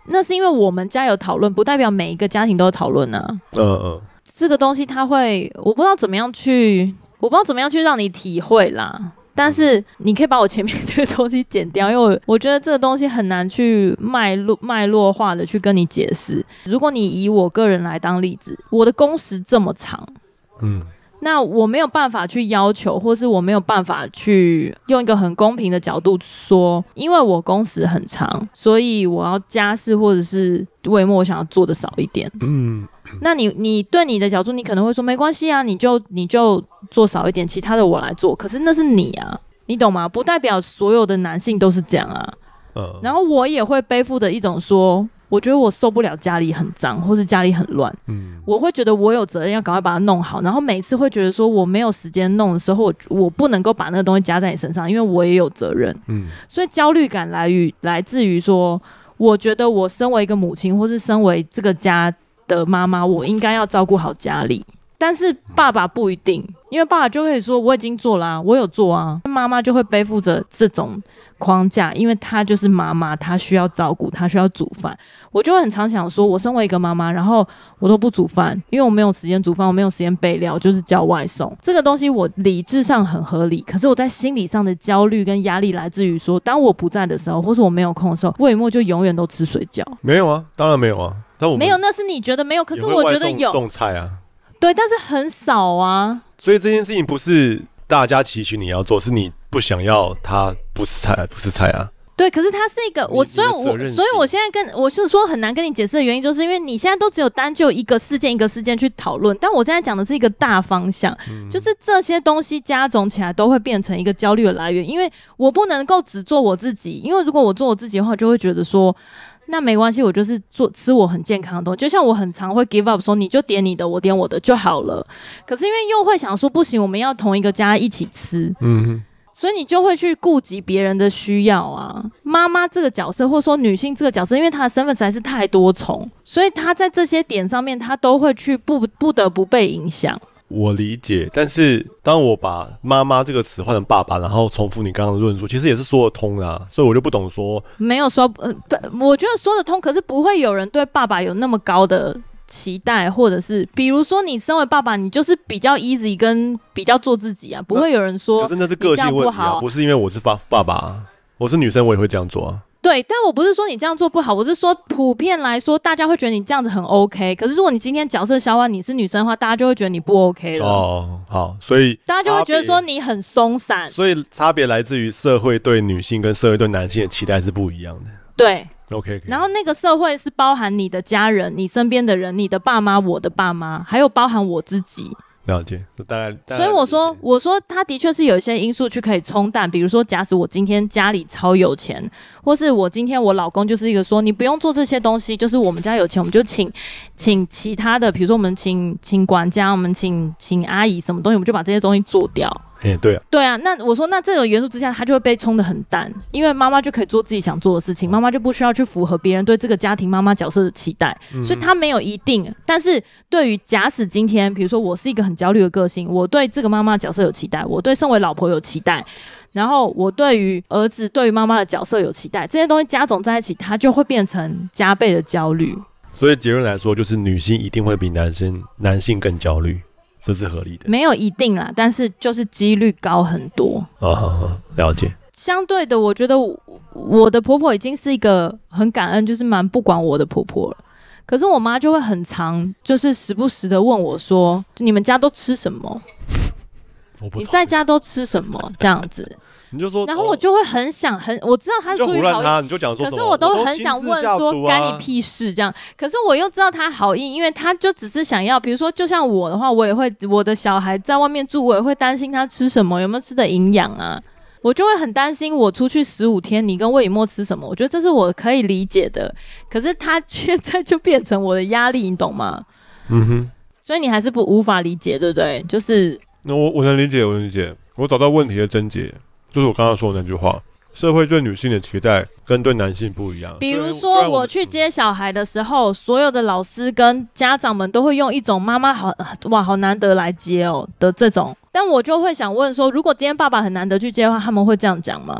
那是因为我们家有讨论，不代表每一个家庭都有讨论啊。这个东西它会，我不知道怎么样去让你体会啦。但是你可以把我前面这个东西剪掉，因为我觉得这个东西很难去脉络化的去跟你解释。如果你以我个人来当例子，我的工时这么长，那我没有办法去要求，或是我没有办法去用一个很公平的角度说，因为我工时很长，所以我要家事或者是微末我想要做的少一点。那你对你的角度，你可能会说没关系啊，你就做少一点，其他的我来做。可是那是你啊，你懂吗？不代表所有的男性都是这样啊。然后我也会背负着一种说，我觉得我受不了家里很脏，或是家里很乱。我会觉得我有责任要赶快把它弄好。然后每次会觉得说我没有时间弄的时候，我不能够把那个东西加在你身上，因为我也有责任。所以焦虑感来自于说，我觉得我身为一个母亲，或是身为这个家的妈妈，我应该要照顾好家里。但是爸爸不一定，因为爸爸就可以说我已经做了啊，我有做啊。妈妈就会背负着这种框架，因为她就是妈妈，她需要照顾，她需要煮饭。我就会很常想说，我身为一个妈妈，然后我都不煮饭，因为我没有时间煮饭，我没有时间备料，就是叫外送。这个东西我理智上很合理，可是我在心理上的焦虑跟压力来自于说，当我不在的时候，或是我没有空的时候，魏以沫就永远都吃水饺。
没有啊，当然没有啊。但我
没有，那是你觉得没有，可是我觉得有
送菜啊。
对，但是很少啊。所
以这件事情不是大家期许你要做，是你不想要它不是菜啊。对，
可是它是一个所以我现在我是说很难跟你解释的原因，就是因为你现在都只有单就一个事件去讨论，但我现在讲的是一个大方向，就是这些东西加总起来都会变成一个焦虑的来源，因为我不能够只做我自己，因为如果我做我自己的话，就会觉得说那没关系，我就是吃我很健康的东西，就像我很常会 give up 说你就点你的，我点我的就好了。可是因为又会想说不行，我们要同一个家一起吃，所以你就会去顾及别人的需要啊。妈妈这个角色，或者说女性这个角色，因为她的身份实在是太多重，所以她在这些点上面，她都会去不得不被影响。
我理解，但是当我把妈妈这个词换成爸爸，然后重复你刚刚的论述，其实也是说得通的啊，所以我就不懂说
没有说我觉得说得通，可是不会有人对爸爸有那么高的期待，或者是比如说你身为爸爸，你就是比较 easy 跟比较做自己啊，不会有人说
可是那是个性问题啊，不是因为我是爸爸啊，我是女生我也会这样做啊。
对，但我不是说你这样做不好，我是说普遍来说，大家会觉得你这样子很 OK。可是如果你今天角色消化你是女生的话，大家就会觉得你不 OK 了。
好，所以
大家就会觉得说你很松散。
所以差别来自于社会对女性跟社会对男性的期待是不一样的。
对
，OK。
然后那个社会是包含你的家人、你身边的人、你的爸妈、我的爸妈，还有包含我自己。
了解，大概。
所以我说，他的确是有一些因素去可以冲淡，比如说，假使我今天家里超有钱，或是我今天我老公就是一个说，你不用做这些东西，就是我们家有钱，我们就请其他的，比如说我们请管家，我们请阿姨，什么东西，我们就把这些东西做掉。
对啊，
那我说，那这种元素之下，它就会被冲得很淡，因为妈妈就可以做自己想做的事情，妈妈就不需要去符合别人对这个家庭妈妈角色的期待，所以她没有一定。但是对于假使今天，比如说我是一个很焦虑的个性，我对这个妈妈角色有期待，我对身为老婆有期待，然后我对于儿子、对于妈妈的角色有期待，这些东西加总在一起，它就会变成加倍的焦虑。
所以结论来说，就是女性一定会比男性更焦虑。这是合理的，
没有一定啦，但是就是几率高很多。
了解。
相对的，我觉得我的婆婆已经是一个很感恩，就是蛮不管我的婆婆了。可是我妈就会很常，就是时不时的问我说：“你们家都吃什么？你在家都吃什么？”这样子。
你就说，
然后我就会很想我知道他出于好意，
你就讲说什么，
可是我都很想问说干你屁事这样。可是我又知道他好意，因为他就只是想要，比如说就像我的话，我也会我的小孩在外面住，我也会担心他吃什么，有没有吃的营养啊。我就会很担心，我出去15天，你跟魏以沫吃什么？我觉得这是我可以理解的。可是他现在就变成我的压力，你懂吗？所以你还是无法理解，对不对？就是
我能理解，我找到问题的症结。就是我刚刚说的那句话，社会对女性的期待跟对男性不一样。
比如说我去接小孩的时候，所有的老师跟家长们都会用一种妈妈好难得来接哦的这种，但我就会想问说，如果今天爸爸很难得去接的话，他们会这样讲吗？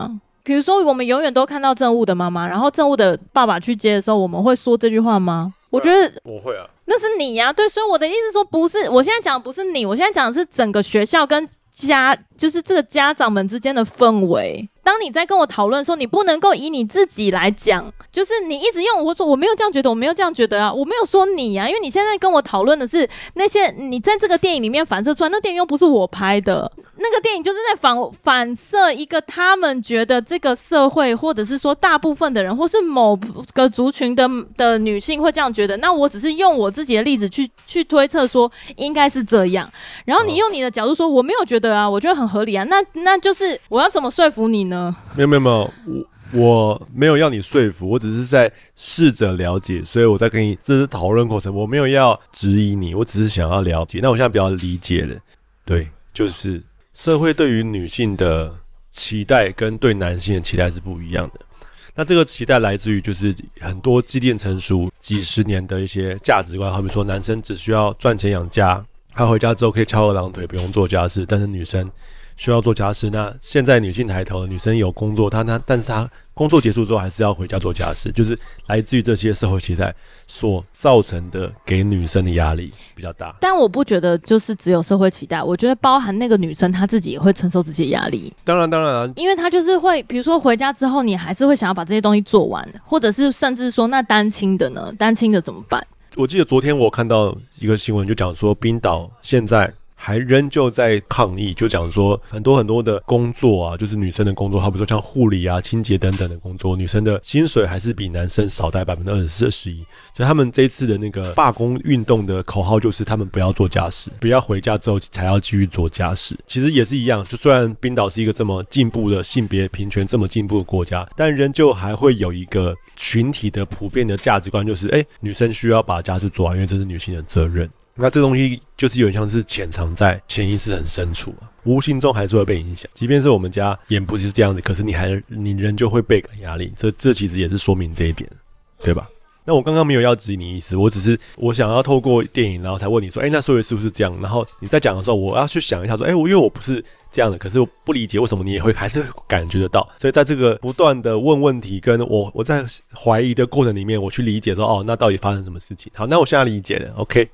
比如说我们永远都看到政务的妈妈，然后政务的爸爸去接的时候，我们会说这句话吗？我觉得
我会啊，
那是你呀、对，所以我的意思说不是，我现在讲的不是你，我现在讲的是整个学校跟就是这个家长们之间的氛围。当你在跟我讨论的时候，你不能够以你自己来讲，就是你一直用我说我没有这样觉得，我没有这样觉得啊，我没有说你啊，因为你现在跟我讨论的是那些你在这个电影里面反射出来，那电影又不是我拍的，那个电影就是在反射一个他们觉得这个社会或者是说大部分的人或是某个族群的女性会这样觉得，那我只是用我自己的例子去推测说应该是这样，然后你用你的角度说我没有觉得啊，我觉得很合理啊，那就是我要怎么说服你呢？
没有，我没有要你说服，我只是在试着了解，所以我在跟你这是讨论过程，我没有要质疑你，我只是想要了解。那我现在比较理解了，对，就是社会对于女性的期待跟对男性的期待是不一样的。那这个期待来自于就是很多积淀成熟几十年的一些价值观，好比说男生只需要赚钱养家，他回家之后可以翘二郎腿，不用做家事，但是女生需要做家事。那现在女性抬头了，女生有工作，但是她工作结束之后还是要回家做家事，就是来自于这些社会期待所造成的给女生的压力比较大。
但我不觉得就是只有社会期待，我觉得包含那个女生她自己也会承受这些压力。
当然啊，
因为她就是会，比如说回家之后，你还是会想要把这些东西做完，或者是甚至说，那单亲的呢？单亲的怎么办？
我记得昨天我看到一个新闻，就讲说冰岛现在还仍旧在抗议，就讲说很多的工作啊，就是女生的工作，好比说像护理啊、清洁等等的工作，女生的薪水还是比男生少大概24%、21%。所以他们这一次的那个罢工运动的口号就是他们不要做家事，不要回家之后才要继续做家事。其实也是一样，就虽然冰岛是一个这么进步的性别平权这么进步的国家，但仍旧还会有一个群体的普遍的价值观，就是女生需要把家事做完，因为这是女性的责任。那这东西就是有点像是潜藏在潜意识很深处无形中还是会被影响。即便是我们家也不是这样子，可是你仍旧会倍感压力。这其实也是说明这一点，对吧？那我刚刚没有要质疑你意思，我想要透过电影，然后才问你说，那所以是不是这样？然后你在讲的时候，我要去想一下说，因为我不是这样的，可是我不理解为什么你也会还是感觉得到。所以在这个不断的问题跟我在怀疑的过程里面，我去理解说，那到底发生什么事情？好，那我现在理解了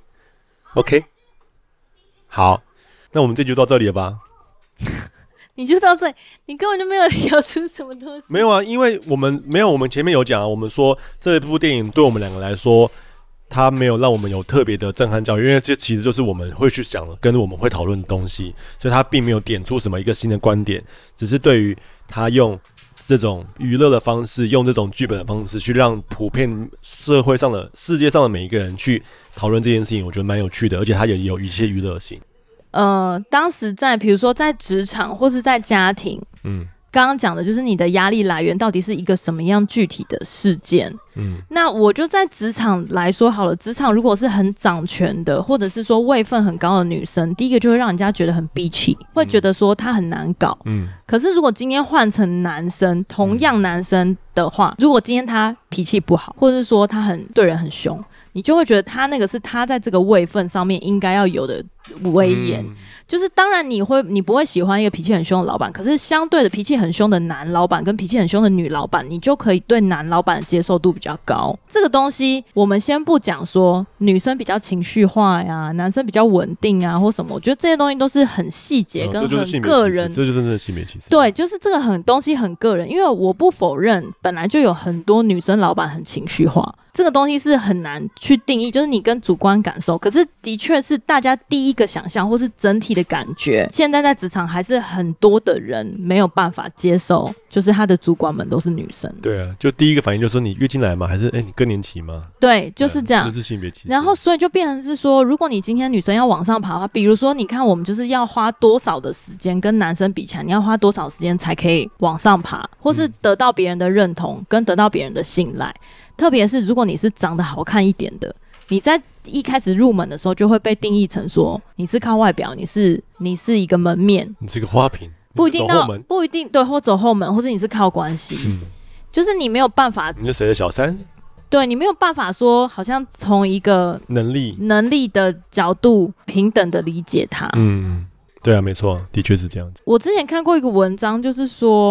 ，OK， 好，那我们这集就到这里了吧？
你就到这里，你根本就没有聊出什么东西。
没有啊，因为我们前面有讲啊，我们说这部电影对我们两个来说，它没有让我们有特别的震撼教育，因为这其实就是我们会去想的，跟我们会讨论的东西，所以它并没有点出什么一个新的观点，只是对于他用这种娱乐的方式，用这种剧本的方式去让普遍社会上的世界上的每一个人去讨论这件事情，我觉得蛮有趣的，而且它也有一些娱乐性。
当时比如说在职场或是在家庭，刚刚讲的就是你的压力来源到底是一个什么样具体的事件。那我就在职场来说好了，职场如果是很掌权的，或者是说位分很高的女生，第一个就会让人家觉得很逼气，会觉得说她很难搞。可是如果今天换成男生，同样男生的话，如果今天他脾气不好，或者是说他对人很凶，你就会觉得他那个是他在这个位分上面应该要有的威严。就是当然你不会喜欢一个脾气很凶的老板，可是相对的脾气很凶的男老板跟脾气很凶的女老板，你就可以对男老板的接受度比较高。这个东西我们先不讲说女生比较情绪化呀，男生比较稳定啊或什么，我觉得这些东西都是很细节跟很个人，
这就是真的性别歧视。
对，就是这个东西很个人，因为我不否认本来就有很多女生老板很情绪化，这个东西是很难去定义，就是你跟主观感受，可是的确是大家第一个想象或是整体的感觉，现在在职场还是很多的人没有办法接受，就是他的主管们都是女生。
对啊，就第一个反应就是说你月经来吗？还是你更年期吗？
对，就是这样。
这是性别歧视。
然后所以就变成是说，如果你今天女生要往上爬的话，比如说你看我们就是要花多少的时间跟男生比起来，你要花多少时间才可以往上爬，或是得到别人的认同跟得到别人的信赖。特别是如果你是长得好看一点的，你在一开始入门的时候就会被定义成说你是靠外表，你是一个门面，
你是个花瓶，
不一定对，或走后门，或是你是靠关系，就是你没有办法，
你是谁的小三？
对，你没有办法说好像从一个能力的角度平等的理解它。
对啊，没错，的确是这样子。
我之前看过一个文章，就是说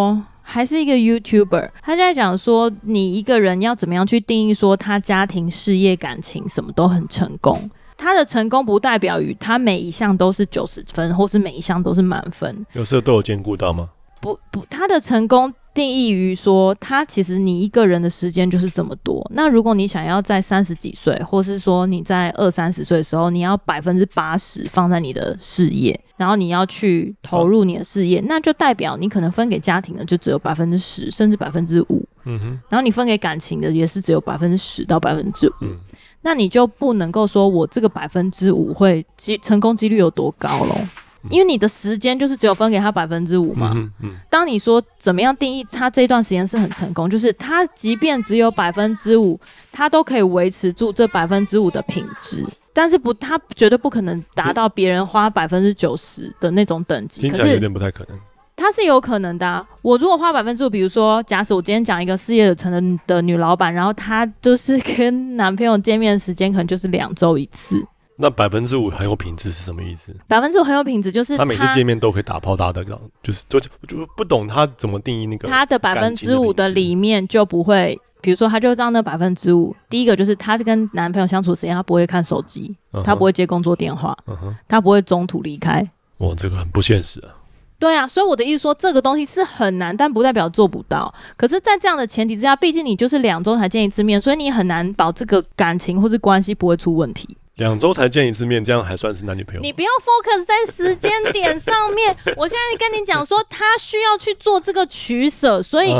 还是一个 YouTuber， 他就在讲说，你一个人要怎么样去定义说他家庭、事业、感情什么都很成功。他的成功不代表于他每一项都是90分，或是每一项都是满分。
有时候都有兼顾到吗？
不，他的成功定义于说，他其实你一个人的时间就是这么多。那如果你想要在30几岁，或是说你在20-30岁的时候，你要80%放在你的事业，然后你要去投入你的事业，那就代表你可能分给家庭的就只有10%，甚至5%。然后你分给感情的也是只有10%到5%。那你就不能够说我这个5%会成功几率有多高咯。因为你的时间就是只有分给他5%嘛。当你说怎么样定义他这段时间是很成功，就是他即便只有5%，他都可以维持住这5%的品质，但是他绝对不可能达到别人花90%的那种等级。
听起来有点不太可能。
它是有可能的啊。我如果花5%，比如说，假使我今天讲一个事业有成的女老板，然后她就是跟男朋友见面的时间可能就是2周一次。
那5%很有品质是什么意思
？5%很有品质就是
他每次见面都可以打炮打的，就不懂他怎么定义那个
他的5%的里面就不会，比如说他就知道那5%，第一个就是他跟男朋友相处时间他不会看手机，他不会接工作电话，他不会中途离开。
哇，这个很不现实啊。
对啊，所以我的意思说，这个东西是很难，但不代表做不到。可是，在这样的前提之下，毕竟你就是2周才见一次面，所以你很难保这个感情或是关系不会出问题。
2周才见一次面，这样还算是男女朋友？
你不要 focus 在时间点上面。我现在跟你讲说，他需要去做这个取舍，所以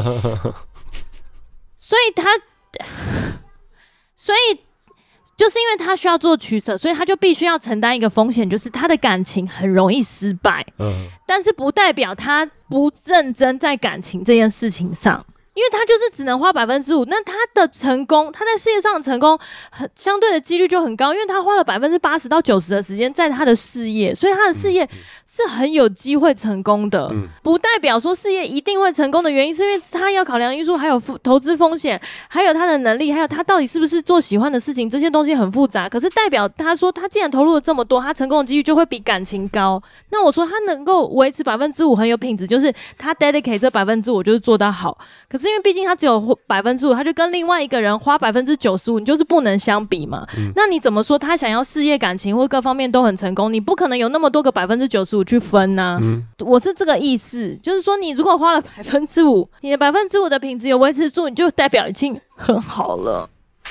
就是因为他需要做取舍，所以他就必须要承担一个风险，就是他的感情很容易失败。但是不代表他不认真在感情这件事情上。因为他就是只能花5%，那他的成功，他在事业上的成功，相对的几率就很高，因为他花了80%到90%的时间在他的事业，所以他的事业是很有机会成功的。不代表说事业一定会成功的原因，是因为他要考量因素，还有投资风险，还有他的能力，还有他到底是不是做喜欢的事情，这些东西很复杂。可是代表他说，他既然投入了这么多，他成功的几率就会比感情高。那我说他能够维持5%很有品质，就是他 dedicate 这5%就是做到好。可是因为毕竟他只有5%，他就跟另外一个人花95%，你就是不能相比嘛。那你怎么说他想要事业、感情或各方面都很成功，你不可能有那么多个95%去分啊。我是这个意思，就是说你如果花了5%，你的5%的品质有维持住，你就代表已经很好了。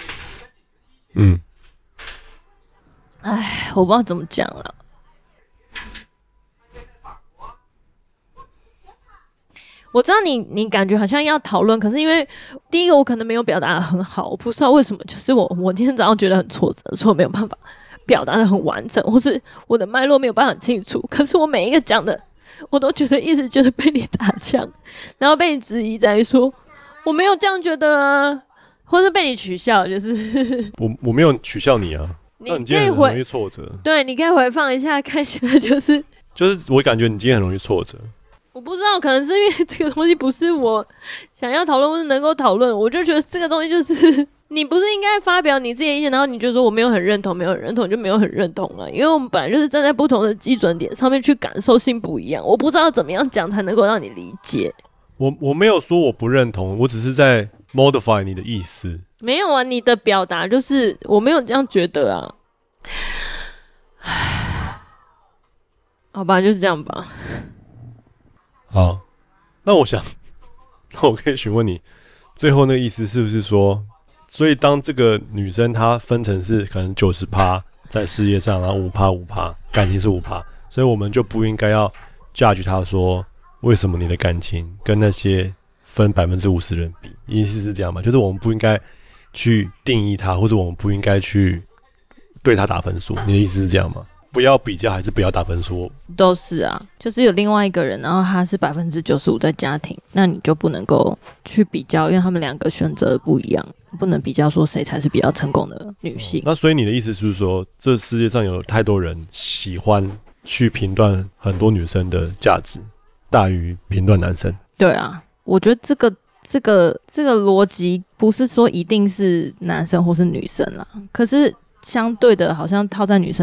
我不知道怎么讲了。我知道你感觉好像要讨论，可是因为第一个我可能没有表达得很好，我不知道为什么，就是我今天早上觉得很挫折，所以我没有办法表达得很完整，或是我的脉络没有办法很清楚。可是我每一个讲的，我都一直觉得被你打枪，然后被你质疑在说我没有这样觉得啊，或是被你取笑，就是
我没有取笑你啊，
你
今天很容易挫折。
对，你可以回放一下看一下，就是
我感觉你今天很容易挫折。
我不知道，可能是因为这个东西不是我想要讨论或是能够讨论，我就觉得这个东西就是你不是应该发表你自己的意见，然后你就说我没有很认同，没有很认同，就没有很认同了。因为我们本来就是站在不同的基准点上面去感受性不一样，我不知道怎么样讲才能够让你理解。
我没有说我不认同，我只是在 modify 你的意思。
没有啊，你的表达就是我没有这样觉得啊。好吧，就是这样吧。
好，那我可以询问你，最后那个意思是不是说，所以当这个女生她分成是可能90%在事业上，然后5%，感情是5%，所以我们就不应该要 judge 她说为什么你的感情跟那些分50%人比，意思是这样吗？就是我们不应该去定义她，或者我们不应该去对她打分数，你的意思是这样吗？不要比较还是不要打分数？都
是啊，就是有另外一个人，然后他是95%在家庭，那你就不能够去比较，因为他们两个选择不一样，不能比较说谁才是比较成功的女性。
那所以你的意思是说，这世界上有太多人喜欢去评断很多女生的价值，大于评断男生？
对啊，我觉得这个逻辑不是说一定是男生或是女生啦，可是相对的，好像套在女生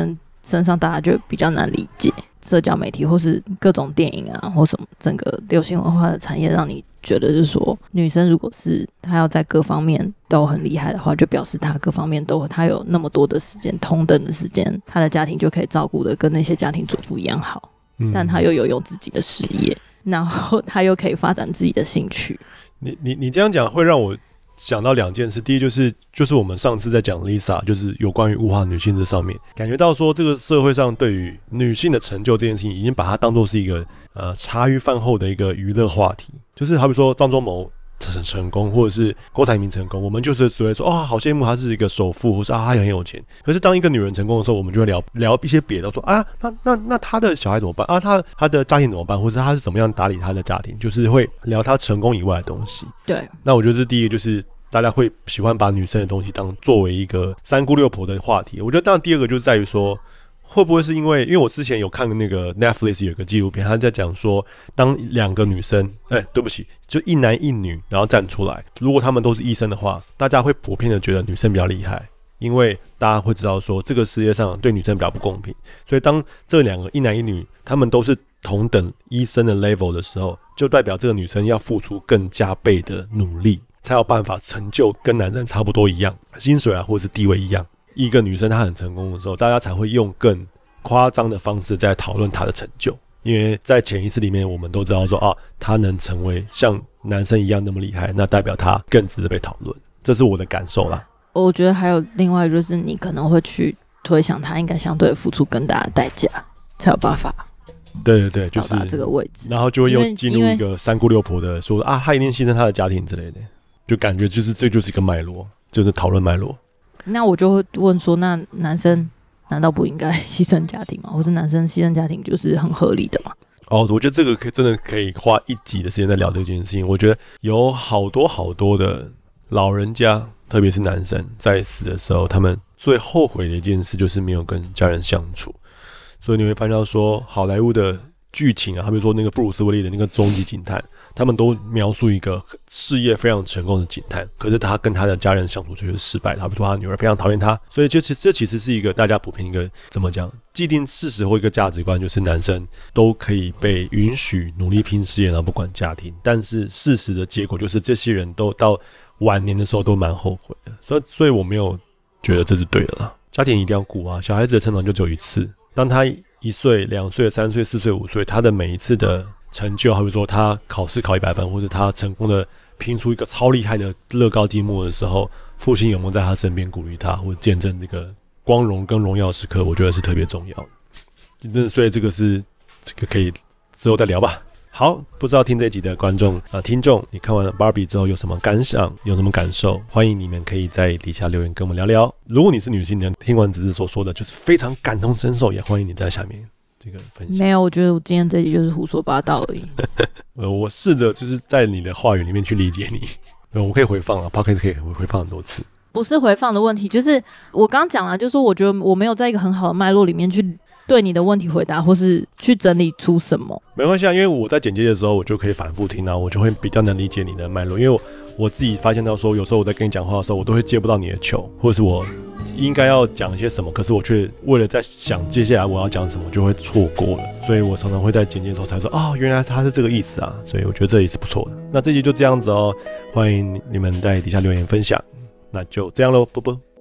身上，大家就比较难理解。社交媒体或是各种电影啊，或什么整个流行文化的产业，让你觉得就是说，女生如果是她要在各方面都很厉害的话，就表示她各方面都她有那么多的时间，同等的时间，她的家庭就可以照顾的跟那些家庭主妇一样好。但她又有自己的事业，然后她又可以发展自己的兴趣。
你这样讲会让我想到2件事，第一就是我们上次在讲 Lisa， 就是有关于物化女性这上面，感觉到说这个社会上对于女性的成就这件事情，已经把它当作是一个茶余饭后的一个娱乐话题，就是好比说张忠谋成功，或者是郭台铭成功，我们就是只会说好羡慕他是一个首富，或是他很有钱。可是当一个女人成功的时候，我们就会聊一些别的，说那他的小孩怎么办他的家庭怎么办，或是他是怎么样打理他的家庭，就是会聊他成功以外的东西。
对，
那我觉得这第一个就是大家会喜欢把女生的东西作为一个三姑六婆的话题。我觉得当然第二个就是在于说，会不会是因为我之前有看那个 Netflix 有一个纪录片，他在讲说，当2个女生，对不起，就一男一女，然后站出来，如果他们都是医生的话，大家会普遍的觉得女生比较厉害，因为大家会知道说这个世界上对女生比较不公平，所以当这2个一男一女，他们都是同等医生的 level 的时候，就代表这个女生要付出更加倍的努力，才有办法成就跟男人差不多一样，薪水或者是地位一样。一个女生她很成功的时候，大家才会用更夸张的方式在讨论她的成就，因为在潜意识里面我们都知道说她能成为像男生一样那么厉害，那代表她更值得被讨论，这是我的感受啦。
我觉得还有另外就是你可能会去推想她应该相对付出更大的代价，才有办法
对，就是
到达这个位置，
然后就会又进入一个三姑六婆的说她一定牺牲她的家庭之类的，就感觉这就是一个脉络，就是讨论脉络。
那我就会问说，那男生难道不应该牺牲家庭吗？或者男生牺牲家庭就是很合理的吗？
我觉得这个真的可以花1集的时间在聊这件事情。我觉得有好多的老人家，特别是男生，在死的时候，他们最后悔的一件事就是没有跟家人相处。所以你会发现到说，好莱坞的剧情啊，比如说那个布鲁斯威利的那个终极警探，他们都描述一个事业非常成功的警探，可是他跟他的家人相处却是失败的。比如说他女儿非常讨厌他，所以这其实是一个大家普遍一个怎么讲既定事实或一个价值观，就是男生都可以被允许努力拼事业，然后不管家庭。但是事实的结果就是这些人都到晚年的时候都蛮后悔的，所以我没有觉得这是对的啦。家庭一定要顾啊，小孩子的成长就只有一次，当他1岁、2岁、3岁、4岁、5岁，他的每一次的成就，好比说他考试考100分，或者他成功的拼出一个超厉害的乐高积木的时候，父亲有没有在他身边鼓励他，或者见证这个光荣跟荣耀时刻，我觉得是特别重要的。所以这个可以之后再聊吧。好，不知道听这一集的听众，你看完 Barbie 之后有什么感想，有什么感受？欢迎你们可以在底下留言跟我们聊聊。如果你是女性的，听完子子所说的就是非常感同身受，也欢迎你在下面这个分享。
没有，我觉得我今天这一集就是胡说八道而已。
我试着就是在你的话语里面去理解你。我可以回放Podcast 可以回放很多次。
不是回放的问题，就是我刚讲了，就是我觉得我没有在一个很好的脉络里面去对你的问题回答，或是去整理出什么。
没关系因为我在剪接的时候，我就可以反复听我就会比较能理解你的脉络。因为我自己发现到说，有时候我在跟你讲话的时候，我都会接不到你的球，或者是我应该要讲一些什么，可是我却为了在想接下来我要讲什么，就会错过了。所以我常常会在剪接的时候才说原来他是这个意思啊。所以我觉得这也是不错的。那这集就这样子欢迎你们在底下留言分享。那就这样咯，啵啵。